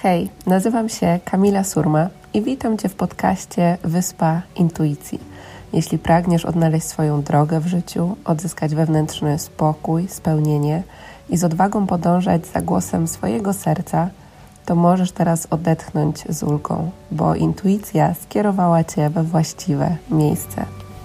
Hej, nazywam się Kamila Surma i witam Cię w podcaście Wyspa Intuicji. Jeśli pragniesz odnaleźć swoją drogę w życiu, odzyskać wewnętrzny spokój, spełnienie i z odwagą podążać za głosem swojego serca, to możesz teraz odetchnąć z ulgą, bo intuicja skierowała Cię we właściwe miejsce.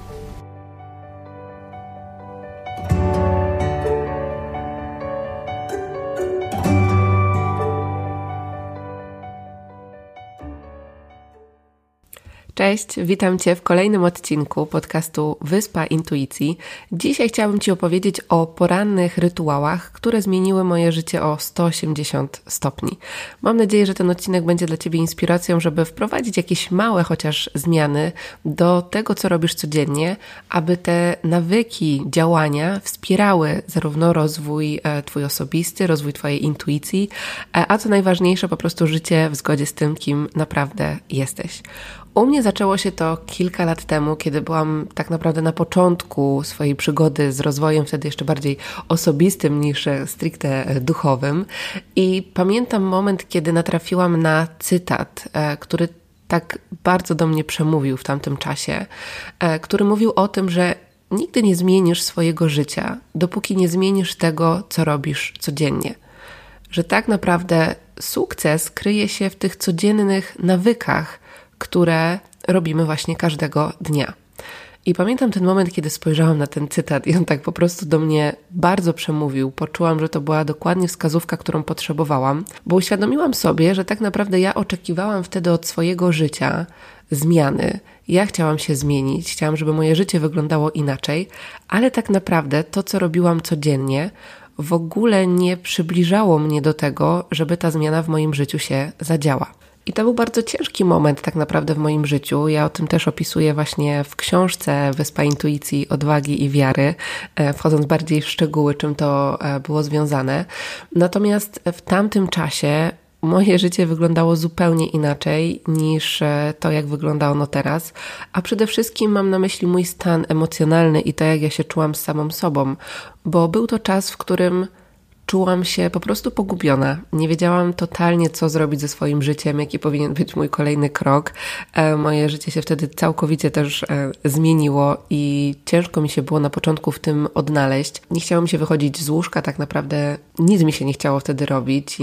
Cześć, witam Cię w kolejnym odcinku podcastu Wyspa Intuicji. Dzisiaj chciałabym Ci opowiedzieć o porannych rytuałach, które zmieniły moje życie o 180 stopni. Mam nadzieję, że ten odcinek będzie dla Ciebie inspiracją, żeby wprowadzić jakieś małe chociaż zmiany do tego, co robisz codziennie, aby te nawyki działania wspierały zarówno rozwój Twój osobisty, rozwój Twojej intuicji, a co najważniejsze, po prostu życie w zgodzie z tym, kim naprawdę jesteś. U mnie zaczęło się to kilka lat temu, kiedy byłam tak naprawdę na początku swojej przygody z rozwojem, wtedy jeszcze bardziej osobistym niż stricte duchowym. I pamiętam moment, kiedy natrafiłam na cytat, który tak bardzo do mnie przemówił w tamtym czasie, który mówił o tym, że nigdy nie zmienisz swojego życia, dopóki nie zmienisz tego, co robisz codziennie. Że tak naprawdę sukces kryje się w tych codziennych nawykach, które robimy właśnie każdego dnia. I pamiętam ten moment, kiedy spojrzałam na ten cytat i on tak po prostu do mnie bardzo przemówił. Poczułam, że to była dokładnie wskazówka, którą potrzebowałam, bo uświadomiłam sobie, że tak naprawdę ja oczekiwałam wtedy od swojego życia zmiany. Ja chciałam się zmienić, chciałam, żeby moje życie wyglądało inaczej, ale tak naprawdę to, co robiłam codziennie, w ogóle nie przybliżało mnie do tego, żeby ta zmiana w moim życiu się zadziała. I to był bardzo ciężki moment tak naprawdę w moim życiu. Ja o tym też opisuję właśnie w książce Wyspa Intuicji, Odwagi i Wiary, wchodząc bardziej w szczegóły, czym to było związane. Natomiast w tamtym czasie moje życie wyglądało zupełnie inaczej niż to, jak wygląda ono teraz, a przede wszystkim mam na myśli mój stan emocjonalny i to, jak ja się czułam z samą sobą, bo był to czas, w którym czułam się po prostu pogubiona. Nie wiedziałam totalnie, co zrobić ze swoim życiem, jaki powinien być mój kolejny krok. Moje życie się wtedy całkowicie też zmieniło i ciężko mi się było na początku w tym odnaleźć. Nie chciało mi się wychodzić z łóżka, tak naprawdę nic mi się nie chciało wtedy robić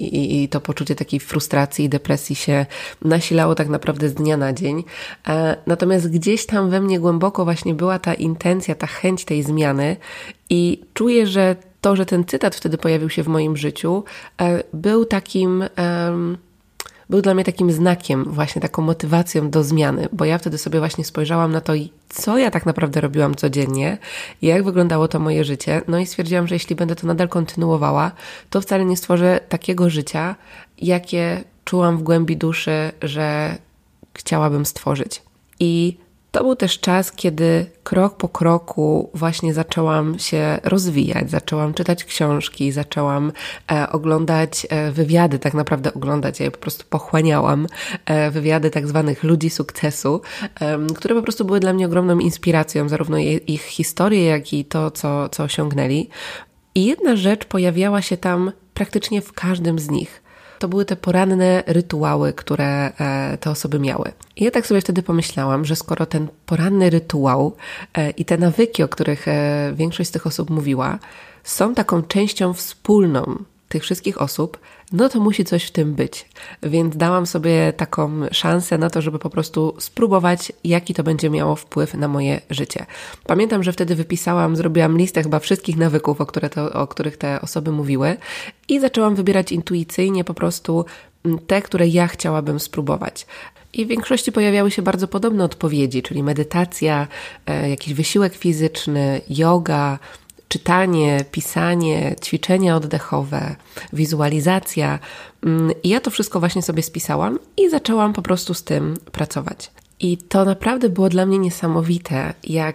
i to poczucie takiej frustracji i depresji się nasilało tak naprawdę z dnia na dzień. Natomiast gdzieś tam we mnie głęboko właśnie była ta intencja, ta chęć tej zmiany i czuję, że to, że ten cytat wtedy pojawił się w moim życiu, był dla mnie takim znakiem, właśnie taką motywacją do zmiany, bo ja wtedy sobie właśnie spojrzałam na to, co ja tak naprawdę robiłam codziennie, jak wyglądało to moje życie, no i stwierdziłam, że jeśli będę to nadal kontynuowała, to wcale nie stworzę takiego życia, jakie czułam w głębi duszy, że chciałabym stworzyć. I to był też czas, kiedy krok po kroku właśnie zaczęłam się rozwijać, zaczęłam czytać książki, zaczęłam oglądać wywiady, tak naprawdę oglądać, ja je po prostu pochłaniałam, wywiady tak zwanych ludzi sukcesu, które po prostu były dla mnie ogromną inspiracją, zarówno ich historie, jak i to, co osiągnęli. I jedna rzecz pojawiała się tam praktycznie w każdym z nich. To były te poranne rytuały, które te osoby miały. I ja tak sobie wtedy pomyślałam, że skoro ten poranny rytuał i te nawyki, o których większość z tych osób mówiła, są taką częścią wspólną tych wszystkich osób, no to musi coś w tym być. Więc dałam sobie taką szansę na to, żeby po prostu spróbować, jaki to będzie miało wpływ na moje życie. Pamiętam, że wtedy zrobiłam listę chyba wszystkich nawyków, o których te osoby mówiły i zaczęłam wybierać intuicyjnie po prostu te, które ja chciałabym spróbować. I w większości pojawiały się bardzo podobne odpowiedzi, czyli medytacja, jakiś wysiłek fizyczny, yoga, czytanie, pisanie, ćwiczenia oddechowe, wizualizacja. I ja to wszystko właśnie sobie spisałam i zaczęłam po prostu z tym pracować. I to naprawdę było dla mnie niesamowite, jak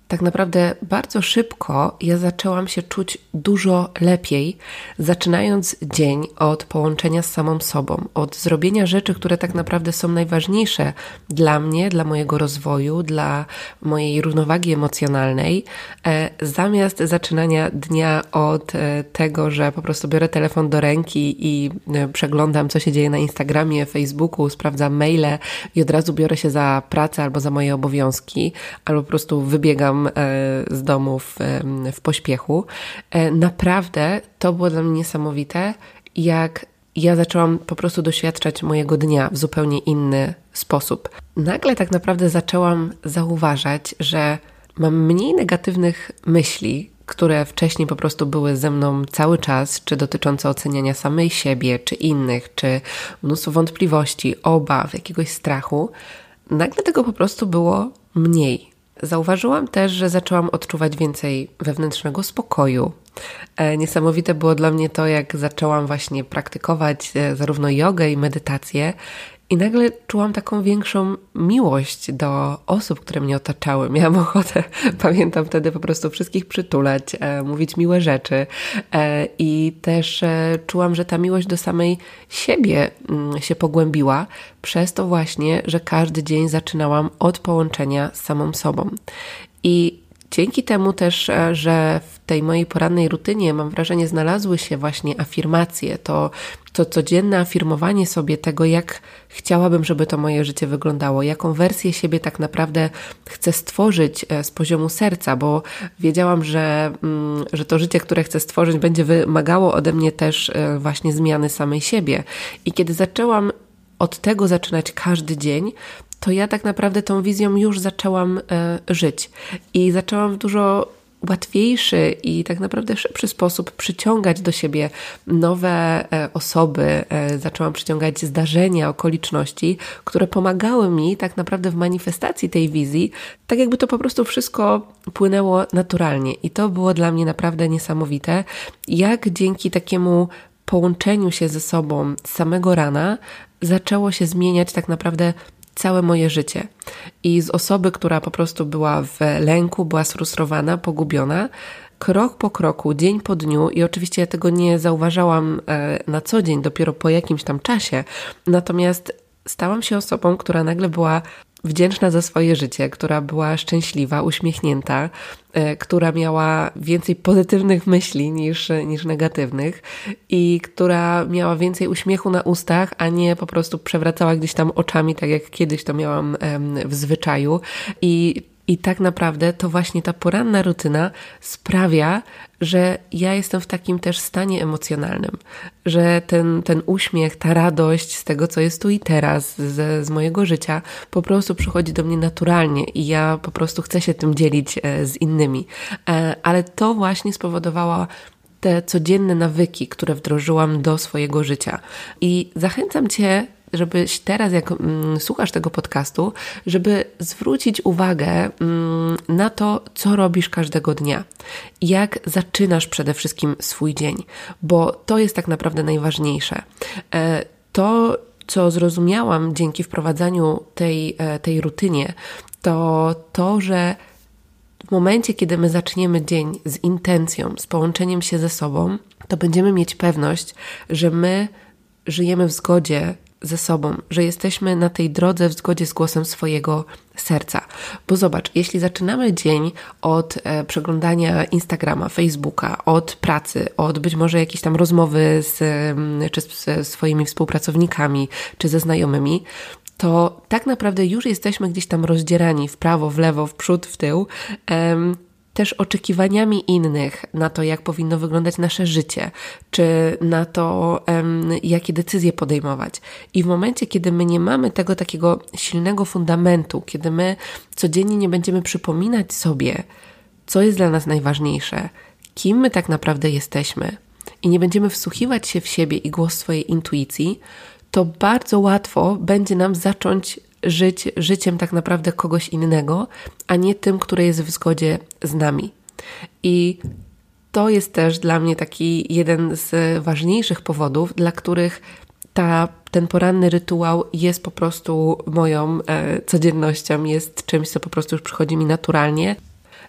tak naprawdę bardzo szybko ja zaczęłam się czuć dużo lepiej, zaczynając dzień od połączenia z samą sobą, od zrobienia rzeczy, które tak naprawdę są najważniejsze dla mnie, dla mojego rozwoju, dla mojej równowagi emocjonalnej, zamiast zaczynania dnia od tego, że po prostu biorę telefon do ręki i przeglądam, co się dzieje na Instagramie, Facebooku, sprawdzam maile i od razu biorę się za pracę albo za moje obowiązki, albo po prostu wybiegam z domu w pośpiechu. Naprawdę to było dla mnie niesamowite, jak ja zaczęłam po prostu doświadczać mojego dnia w zupełnie inny sposób. Nagle tak naprawdę zaczęłam zauważać, że mam mniej negatywnych myśli, które wcześniej po prostu były ze mną cały czas, czy dotyczące oceniania samej siebie, czy innych, czy mnóstwo wątpliwości, obaw, jakiegoś strachu. Nagle tego po prostu było mniej. Zauważyłam też, że zaczęłam odczuwać więcej wewnętrznego spokoju. Niesamowite było dla mnie to, jak zaczęłam właśnie praktykować zarówno jogę i medytację i nagle czułam taką większą miłość do osób, które mnie otaczały. Miałam ochotę, pamiętam wtedy po prostu wszystkich przytulać, mówić miłe rzeczy i też czułam, że ta miłość do samej siebie się pogłębiła przez to właśnie, że każdy dzień zaczynałam od połączenia z samą sobą. I dzięki temu też, że w tej mojej porannej rutynie, mam wrażenie, znalazły się właśnie afirmacje, to codzienne afirmowanie sobie tego, jak chciałabym, żeby to moje życie wyglądało, jaką wersję siebie tak naprawdę chcę stworzyć z poziomu serca, bo wiedziałam, że to życie, które chcę stworzyć, będzie wymagało ode mnie też właśnie zmiany samej siebie. I kiedy zaczęłam od tego zaczynać każdy dzień, to ja tak naprawdę tą wizją już zaczęłam żyć i zaczęłam w dużo łatwiejszy i tak naprawdę szybszy sposób przyciągać do siebie nowe osoby, zaczęłam przyciągać zdarzenia, okoliczności, które pomagały mi tak naprawdę w manifestacji tej wizji, tak jakby to po prostu wszystko płynęło naturalnie i to było dla mnie naprawdę niesamowite, jak dzięki takiemu połączeniu się ze sobą z samego rana zaczęło się zmieniać tak naprawdę całe moje życie. I z osoby, która po prostu była w lęku, była sfrustrowana, pogubiona, krok po kroku, dzień po dniu i oczywiście ja tego nie zauważałam na co dzień, dopiero po jakimś tam czasie, natomiast stałam się osobą, która nagle była wdzięczna za swoje życie, która była szczęśliwa, uśmiechnięta, która miała więcej pozytywnych myśli niż negatywnych i która miała więcej uśmiechu na ustach, a nie po prostu przewracała gdzieś tam oczami, tak jak kiedyś to miałam w zwyczaju. I tak naprawdę to właśnie ta poranna rutyna sprawia, że ja jestem w takim też stanie emocjonalnym, że ten uśmiech, ta radość z tego, co jest tu i teraz, z mojego życia, po prostu przychodzi do mnie naturalnie i ja po prostu chcę się tym dzielić z innymi. Ale to właśnie spowodowało te codzienne nawyki, które wdrożyłam do swojego życia. I zachęcam Cię, żebyś teraz, jak słuchasz tego podcastu, żeby zwrócić uwagę na to, co robisz każdego dnia. Jak zaczynasz przede wszystkim swój dzień, bo to jest tak naprawdę najważniejsze. To, co zrozumiałam dzięki wprowadzaniu tej rutynie, to, że w momencie, kiedy my zaczniemy dzień z intencją, z połączeniem się ze sobą, to będziemy mieć pewność, że my żyjemy w zgodzie ze sobą, że jesteśmy na tej drodze w zgodzie z głosem swojego serca. Bo zobacz, jeśli zaczynamy dzień od przeglądania Instagrama, Facebooka, od pracy, od być może jakiejś tam rozmowy czy ze swoimi współpracownikami, czy ze znajomymi, to tak naprawdę już jesteśmy gdzieś tam rozdzierani w prawo, w lewo, w przód, w tył, też oczekiwaniami innych na to, jak powinno wyglądać nasze życie, czy na to, jakie decyzje podejmować. I w momencie, kiedy my nie mamy tego takiego silnego fundamentu, kiedy my codziennie nie będziemy przypominać sobie, co jest dla nas najważniejsze, kim my tak naprawdę jesteśmy i nie będziemy wsłuchiwać się w siebie i głos swojej intuicji, to bardzo łatwo będzie nam zacząć żyć życiem tak naprawdę kogoś innego, a nie tym, które jest w zgodzie z nami. I to jest też dla mnie taki jeden z ważniejszych powodów, dla których ten poranny rytuał jest po prostu moją codziennością, jest czymś, co po prostu już przychodzi mi naturalnie.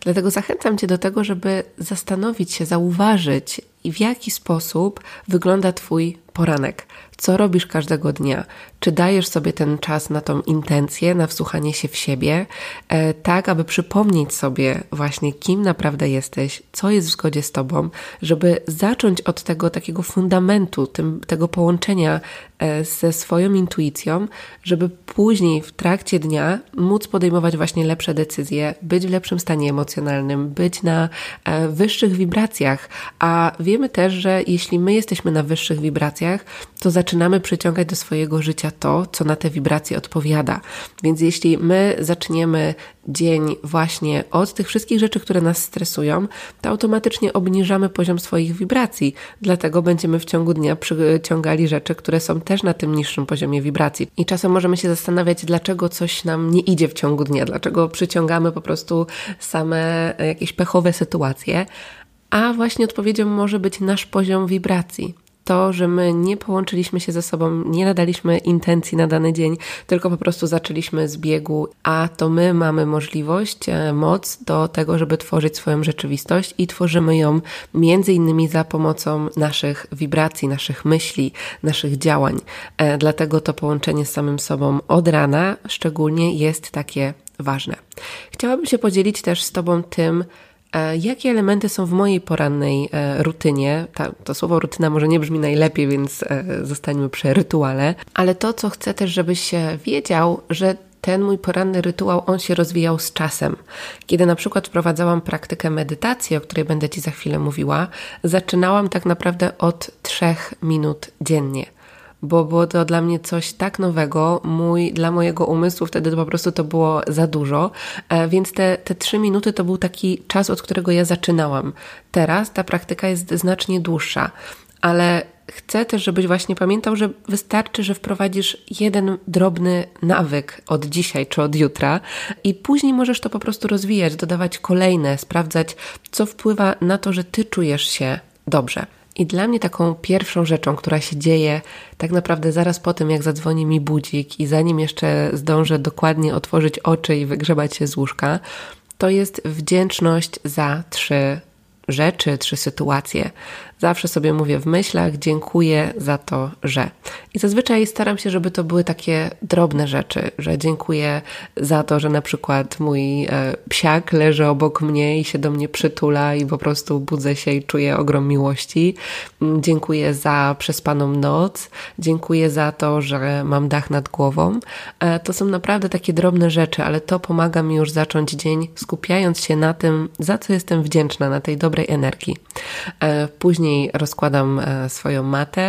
Dlatego zachęcam Cię do tego, żeby zastanowić się, zauważyć, w jaki sposób wygląda Twój poranek. Co robisz każdego dnia? Czy dajesz sobie ten czas na tą intencję, na wsłuchanie się w siebie, tak aby przypomnieć sobie właśnie, kim naprawdę jesteś, co jest w zgodzie z Tobą, żeby zacząć od tego takiego fundamentu, tego połączenia ze swoją intuicją, żeby później w trakcie dnia móc podejmować właśnie lepsze decyzje, być w lepszym stanie emocjonalnym, być na wyższych wibracjach, a wiemy też, że jeśli my jesteśmy na wyższych wibracjach, to zaczynamy przyciągać do swojego życia to, co na te wibracje odpowiada. Więc jeśli my zaczniemy dzień właśnie od tych wszystkich rzeczy, które nas stresują, to automatycznie obniżamy poziom swoich wibracji. Dlatego będziemy w ciągu dnia przyciągali rzeczy, które są też na tym niższym poziomie wibracji. I czasem możemy się zastanawiać, dlaczego coś nam nie idzie w ciągu dnia, dlaczego przyciągamy po prostu same jakieś pechowe sytuacje, a właśnie odpowiedzią może być nasz poziom wibracji. To, że my nie połączyliśmy się ze sobą, nie nadaliśmy intencji na dany dzień, tylko po prostu zaczęliśmy z biegu, a to my mamy możliwość, moc do tego, żeby tworzyć swoją rzeczywistość i tworzymy ją między innymi za pomocą naszych wibracji, naszych myśli, naszych działań. Dlatego to połączenie z samym sobą od rana szczególnie jest takie ważne. Chciałabym się podzielić też z Tobą tym, jakie elementy są w mojej porannej rutynie. To słowo rutyna może nie brzmi najlepiej, więc zostańmy przy rytuale. Ale to, co chcę też, żebyś wiedział, że ten mój poranny rytuał, on się rozwijał z czasem. Kiedy na przykład wprowadzałam praktykę medytacji, o której będę Ci za chwilę mówiła, zaczynałam tak naprawdę od 3 minut dziennie. Bo było to dla mnie coś tak nowego, dla mojego umysłu wtedy to po prostu to było za dużo, więc te 3 minuty to był taki czas, od którego ja zaczynałam. Teraz ta praktyka jest znacznie dłuższa, ale chcę też, żebyś właśnie pamiętał, że wystarczy, że wprowadzisz jeden drobny nawyk od dzisiaj czy od jutra i później możesz to po prostu rozwijać, dodawać kolejne, sprawdzać, co wpływa na to, że Ty czujesz się dobrze. I dla mnie taką pierwszą rzeczą, która się dzieje tak naprawdę zaraz po tym, jak zadzwoni mi budzik i zanim jeszcze zdążę dokładnie otworzyć oczy i wygrzebać się z łóżka, to jest wdzięczność za 3 rzeczy, 3 sytuacje. Zawsze sobie mówię w myślach, dziękuję za to, że. I zazwyczaj staram się, żeby to były takie drobne rzeczy, że dziękuję za to, że na przykład mój psiak leży obok mnie i się do mnie przytula i po prostu budzę się i czuję ogrom miłości. Dziękuję za przespaną noc. Dziękuję za to, że mam dach nad głową. To są naprawdę takie drobne rzeczy, ale to pomaga mi już zacząć dzień, skupiając się na tym, za co jestem wdzięczna, na tej dobrej energii. Później rozkładam swoją matę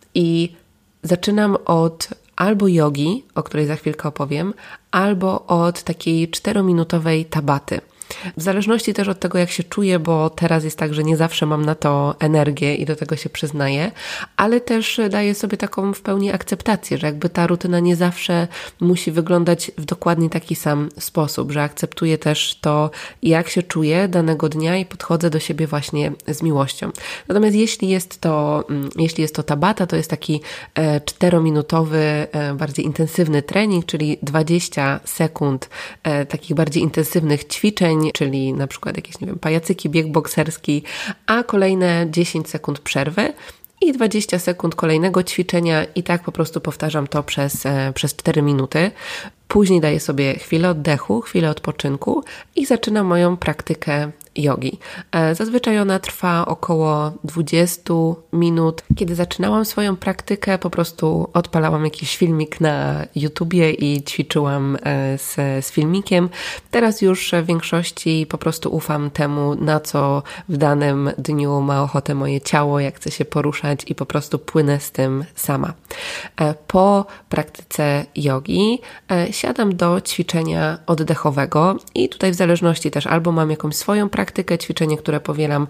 i zaczynam od albo jogi, o której za chwilkę opowiem, albo od takiej 4-minutowej tabaty. W zależności też od tego, jak się czuję, bo teraz jest tak, że nie zawsze mam na to energię i do tego się przyznaję, ale też daję sobie taką w pełni akceptację, że jakby ta rutyna nie zawsze musi wyglądać w dokładnie taki sam sposób, że akceptuję też to, jak się czuję danego dnia i podchodzę do siebie właśnie z miłością. Natomiast jeśli jest to tabata, to jest taki 4-minutowy, bardziej intensywny trening, czyli 20 sekund takich bardziej intensywnych ćwiczeń, czyli na przykład jakieś, pajacyki, bieg bokserski, a kolejne 10 sekund przerwy i 20 sekund kolejnego ćwiczenia i tak po prostu powtarzam to przez 4 minuty. Później daję sobie chwilę oddechu, chwilę odpoczynku i zaczynam moją praktykę jogi. Zazwyczaj ona trwa około 20 minut. Kiedy zaczynałam swoją praktykę, po prostu odpalałam jakiś filmik na YouTubie i ćwiczyłam z filmikiem. Teraz już w większości po prostu ufam temu, na co w danym dniu ma ochotę moje ciało, jak chce się poruszać i po prostu płynę z tym sama. Po praktyce jogi siadam do ćwiczenia oddechowego i tutaj w zależności też albo mam jakąś swoją praktykę, ćwiczenie, które powielam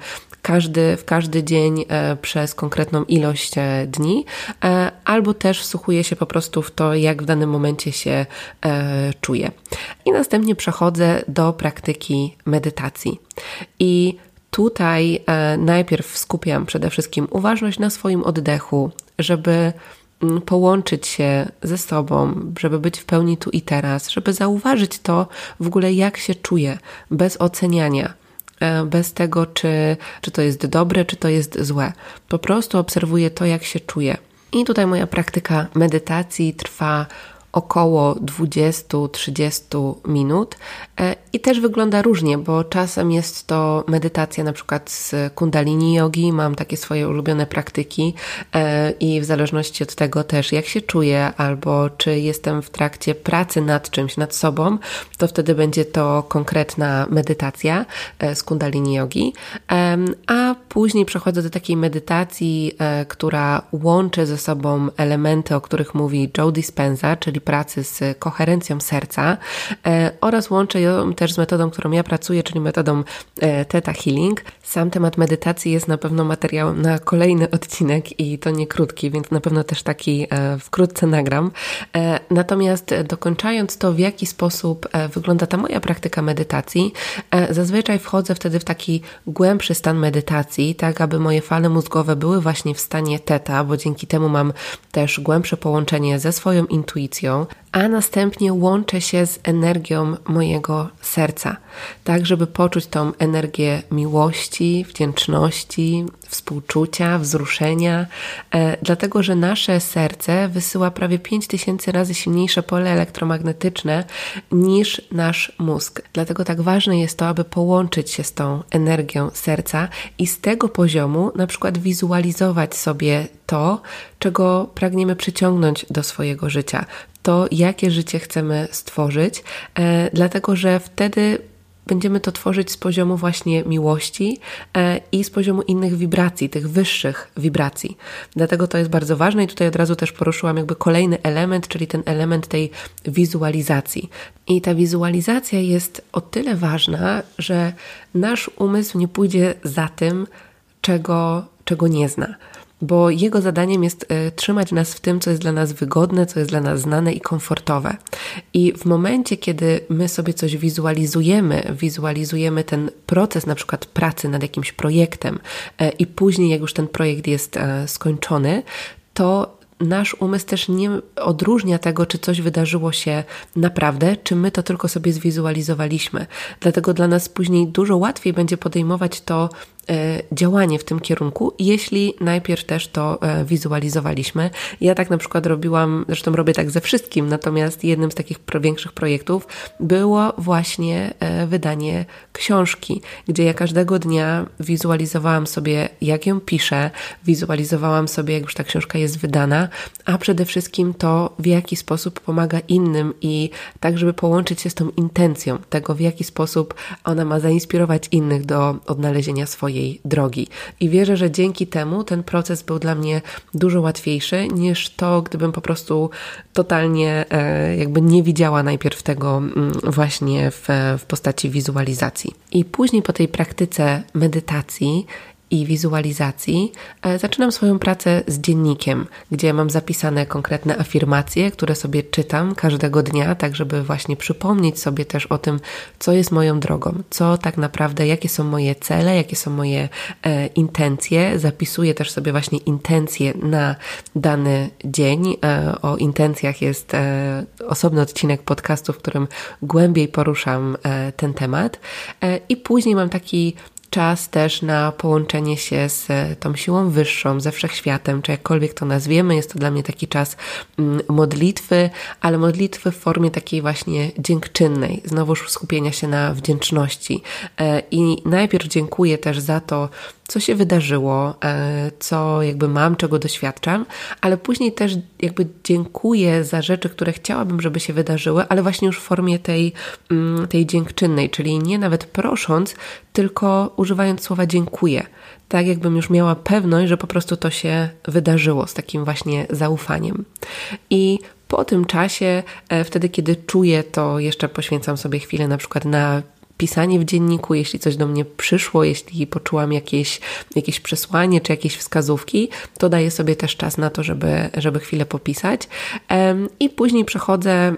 w każdy dzień przez konkretną ilość dni, albo też wsłuchuję się po prostu w to, jak w danym momencie się czuję. I następnie przechodzę do praktyki medytacji. I tutaj najpierw skupiam przede wszystkim uważność na swoim oddechu, żeby połączyć się ze sobą, żeby być w pełni tu i teraz, żeby zauważyć to w ogóle, jak się czuję, bez oceniania, bez tego, czy to jest dobre, czy to jest złe. Po prostu obserwuję to, jak się czuję. I tutaj moja praktyka medytacji trwa około 20-30 minut i też wygląda różnie, bo czasem jest to medytacja na przykład z kundalini jogi, mam takie swoje ulubione praktyki i w zależności od tego też jak się czuję albo czy jestem w trakcie pracy nad czymś, nad sobą, to wtedy będzie to konkretna medytacja z kundalini jogi, a później przechodzę do takiej medytacji, która łączy ze sobą elementy, o których mówi Joe Dispenza, czyli pracy z koherencją serca oraz łączę ją też z metodą, którą ja pracuję, czyli metodą Theta Healing. Sam temat medytacji jest na pewno materiałem na kolejny odcinek i to nie krótki, więc na pewno też taki wkrótce nagram. Natomiast dokończając to, w jaki sposób wygląda ta moja praktyka medytacji, zazwyczaj wchodzę wtedy w taki głębszy stan medytacji, tak aby moje fale mózgowe były właśnie w stanie Theta, bo dzięki temu mam też głębsze połączenie ze swoją intuicją, a następnie łączę się z energią mojego serca, tak żeby poczuć tą energię miłości, wdzięczności, współczucia, wzruszenia, dlatego że nasze serce wysyła prawie 5000 razy silniejsze pole elektromagnetyczne niż nasz mózg. Dlatego tak ważne jest to, aby połączyć się z tą energią serca i z tego poziomu na przykład wizualizować sobie to, czego pragniemy przyciągnąć do swojego życia. To, jakie życie chcemy stworzyć, dlatego że wtedy będziemy to tworzyć z poziomu właśnie miłości i z poziomu innych wibracji, tych wyższych wibracji. Dlatego to jest bardzo ważne i tutaj od razu też poruszyłam jakby kolejny element, czyli ten element tej wizualizacji. I ta wizualizacja jest o tyle ważna, że nasz umysł nie pójdzie za tym, czego nie zna. Bo jego zadaniem jest trzymać nas w tym, co jest dla nas wygodne, co jest dla nas znane i komfortowe. I w momencie, kiedy my sobie coś wizualizujemy ten proces na przykład pracy nad jakimś projektem i później jak już ten projekt jest skończony, to nasz umysł też nie odróżnia tego, czy coś wydarzyło się naprawdę, czy my to tylko sobie zwizualizowaliśmy. Dlatego dla nas później dużo łatwiej będzie podejmować to działanie w tym kierunku, jeśli najpierw też to wizualizowaliśmy. Ja tak na przykład robiłam, zresztą robię tak ze wszystkim, natomiast jednym z takich większych projektów było właśnie wydanie książki, gdzie ja każdego dnia wizualizowałam sobie, jak ją piszę, wizualizowałam sobie, jak już ta książka jest wydana, a przede wszystkim to, w jaki sposób pomaga innym i tak, żeby połączyć się z tą intencją tego, w jaki sposób ona ma zainspirować innych do odnalezienia swojej drogi. I wierzę, że dzięki temu ten proces był dla mnie dużo łatwiejszy niż to, gdybym po prostu totalnie jakby nie widziała najpierw tego właśnie w postaci wizualizacji. I później po tej praktyce medytacji i wizualizacji zaczynam swoją pracę z dziennikiem, gdzie mam zapisane konkretne afirmacje, które sobie czytam każdego dnia, tak żeby właśnie przypomnieć sobie też o tym, co jest moją drogą, co tak naprawdę, jakie są moje cele, jakie są moje intencje. Zapisuję też sobie właśnie intencje na dany dzień. O intencjach jest osobny odcinek podcastu, w którym głębiej poruszam ten temat. I później mam taki czas też na połączenie się z tą siłą wyższą, ze wszechświatem, czy jakkolwiek to nazwiemy. Jest to dla mnie taki czas modlitwy, ale modlitwy w formie takiej właśnie dziękczynnej, znowuż skupienia się na wdzięczności. I najpierw dziękuję też za to, co się wydarzyło, co jakby mam, czego doświadczam, ale później też jakby dziękuję za rzeczy, które chciałabym, żeby się wydarzyły, ale właśnie już w formie tej dziękczynnej, czyli nie nawet prosząc, tylko używając słowa dziękuję. Tak jakbym już miała pewność, że po prostu to się wydarzyło z takim właśnie zaufaniem. I po tym czasie, wtedy kiedy czuję to, jeszcze poświęcam sobie chwilę na przykład na pisanie w dzienniku, jeśli coś do mnie przyszło, jeśli poczułam jakieś przesłanie czy jakieś wskazówki, to daję sobie też czas na to, żeby chwilę popisać. I później przechodzę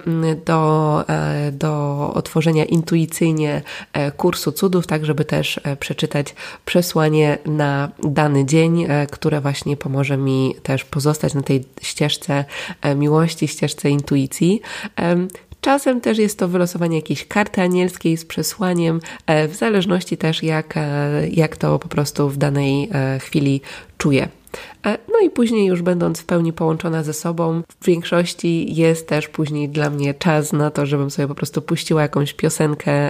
do otworzenia intuicyjnie kursu cudów, tak żeby też przeczytać przesłanie na dany dzień, które właśnie pomoże mi też pozostać na tej ścieżce miłości, ścieżce intuicji. Czasem też jest to wylosowanie jakiejś karty anielskiej z przesłaniem, w zależności też jak to po prostu w danej chwili czuję. No i później już będąc w pełni połączona ze sobą, w większości jest też później dla mnie czas na to, żebym sobie po prostu puściła jakąś piosenkę,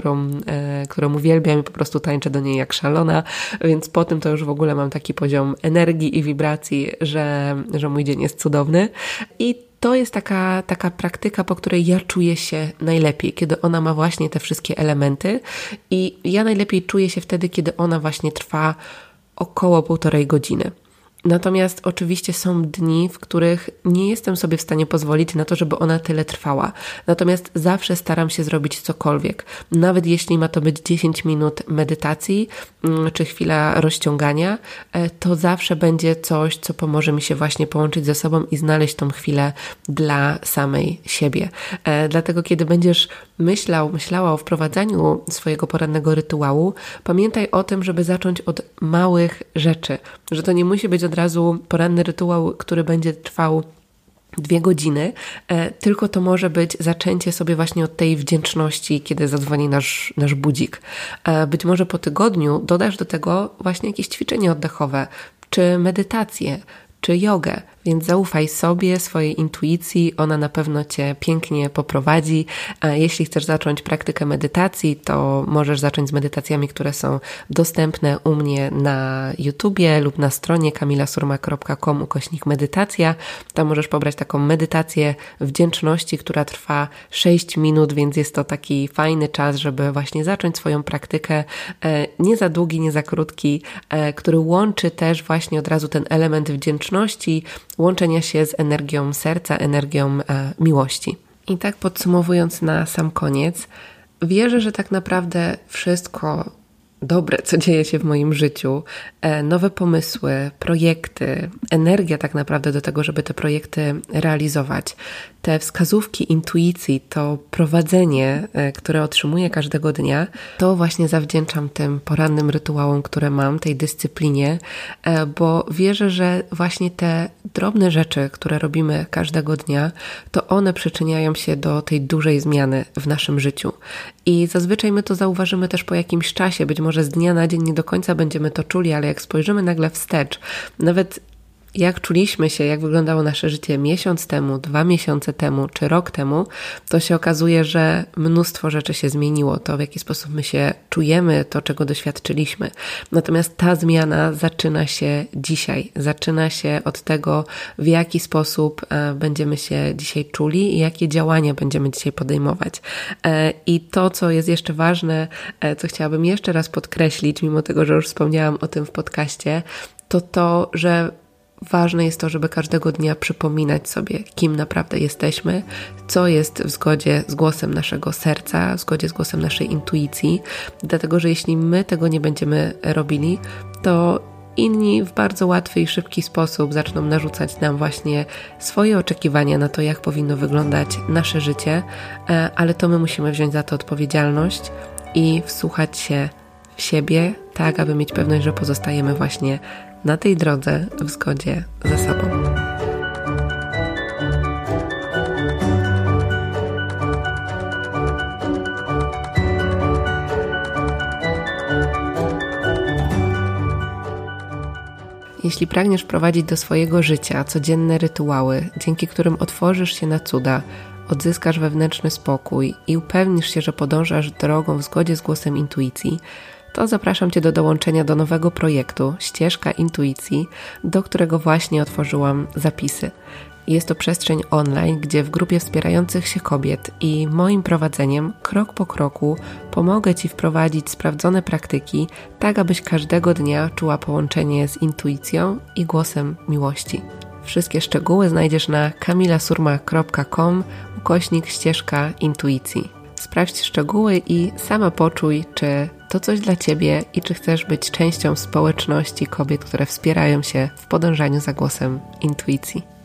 którą uwielbiam i po prostu tańczę do niej jak szalona, więc po tym to już w ogóle mam taki poziom energii i wibracji, że mój dzień jest cudowny. I to jest taka praktyka, po której ja czuję się najlepiej, kiedy ona ma właśnie te wszystkie elementy i ja najlepiej czuję się wtedy, kiedy ona właśnie trwa około 1,5 godziny. Natomiast oczywiście są dni, w których nie jestem sobie w stanie pozwolić na to, żeby ona tyle trwała. Natomiast zawsze staram się zrobić cokolwiek. Nawet jeśli ma to być 10 minut medytacji, czy chwila rozciągania, to zawsze będzie coś, co pomoże mi się właśnie połączyć ze sobą i znaleźć tą chwilę dla samej siebie. Dlatego kiedy będziesz myślała o wprowadzaniu swojego porannego rytuału, pamiętaj o tym, żeby zacząć od małych rzeczy, że to nie musi być od razu poranny rytuał, który będzie trwał 2 godziny, tylko to może być zaczęcie sobie właśnie od tej wdzięczności, kiedy zadzwoni nasz budzik. Być może po tygodniu dodasz do tego właśnie jakieś ćwiczenie oddechowe, czy medytację, czy jogę, więc zaufaj sobie, swojej intuicji, ona na pewno Cię pięknie poprowadzi. Jeśli chcesz zacząć praktykę medytacji, to możesz zacząć z medytacjami, które są dostępne u mnie na YouTubie lub na stronie kamilasurma.com/medytacja. Tam możesz pobrać taką medytację wdzięczności, która trwa 6 minut, więc jest to taki fajny czas, żeby właśnie zacząć swoją praktykę. Nie za długi, nie za krótki, który łączy też właśnie od razu ten element wdzięczności, łączenia się z energią serca, energią miłości. I tak podsumowując na sam koniec, wierzę, że tak naprawdę wszystko dobre, co dzieje się w moim życiu, nowe pomysły, projekty, energia tak naprawdę do tego, żeby te projekty realizować, te wskazówki intuicji, to prowadzenie, które otrzymuję każdego dnia, to właśnie zawdzięczam tym porannym rytuałom, które mam, tej dyscyplinie, bo wierzę, że właśnie te drobne rzeczy, które robimy każdego dnia, to one przyczyniają się do tej dużej zmiany w naszym życiu. I zazwyczaj my to zauważymy też po jakimś czasie, być może z dnia na dzień nie do końca będziemy to czuli, ale jak spojrzymy nagle wstecz, nawet jak czuliśmy się, jak wyglądało nasze życie miesiąc temu, 2 miesiące temu, czy rok temu, to się okazuje, że mnóstwo rzeczy się zmieniło. To, w jaki sposób my się czujemy, to, czego doświadczyliśmy. Natomiast ta zmiana zaczyna się dzisiaj. Zaczyna się od tego, w jaki sposób będziemy się dzisiaj czuli i jakie działania będziemy dzisiaj podejmować. I to, co jest jeszcze ważne, co chciałabym jeszcze raz podkreślić, mimo tego, że już wspomniałam o tym w podcaście, to, że ważne jest to, żeby każdego dnia przypominać sobie, kim naprawdę jesteśmy, co jest w zgodzie z głosem naszego serca, w zgodzie z głosem naszej intuicji, dlatego, że jeśli my tego nie będziemy robili, to inni w bardzo łatwy i szybki sposób zaczną narzucać nam właśnie swoje oczekiwania na to, jak powinno wyglądać nasze życie, ale to my musimy wziąć za to odpowiedzialność i wsłuchać się w siebie, tak aby mieć pewność, że pozostajemy właśnie na tej drodze w zgodzie ze sobą. Jeśli pragniesz prowadzić do swojego życia codzienne rytuały, dzięki którym otworzysz się na cuda, odzyskasz wewnętrzny spokój i upewnisz się, że podążasz drogą w zgodzie z głosem intuicji, to zapraszam Cię do dołączenia do nowego projektu Ścieżka Intuicji, do którego właśnie otworzyłam zapisy. Jest to przestrzeń online, gdzie w grupie wspierających się kobiet i moim prowadzeniem krok po kroku pomogę Ci wprowadzić sprawdzone praktyki, tak abyś każdego dnia czuła połączenie z intuicją i głosem miłości. Wszystkie szczegóły znajdziesz na kamilasurma.com/ścieżka intuicji. Sprawdź szczegóły i sama poczuj, czy to coś dla Ciebie i czy chcesz być częścią społeczności kobiet, które wspierają się w podążaniu za głosem intuicji.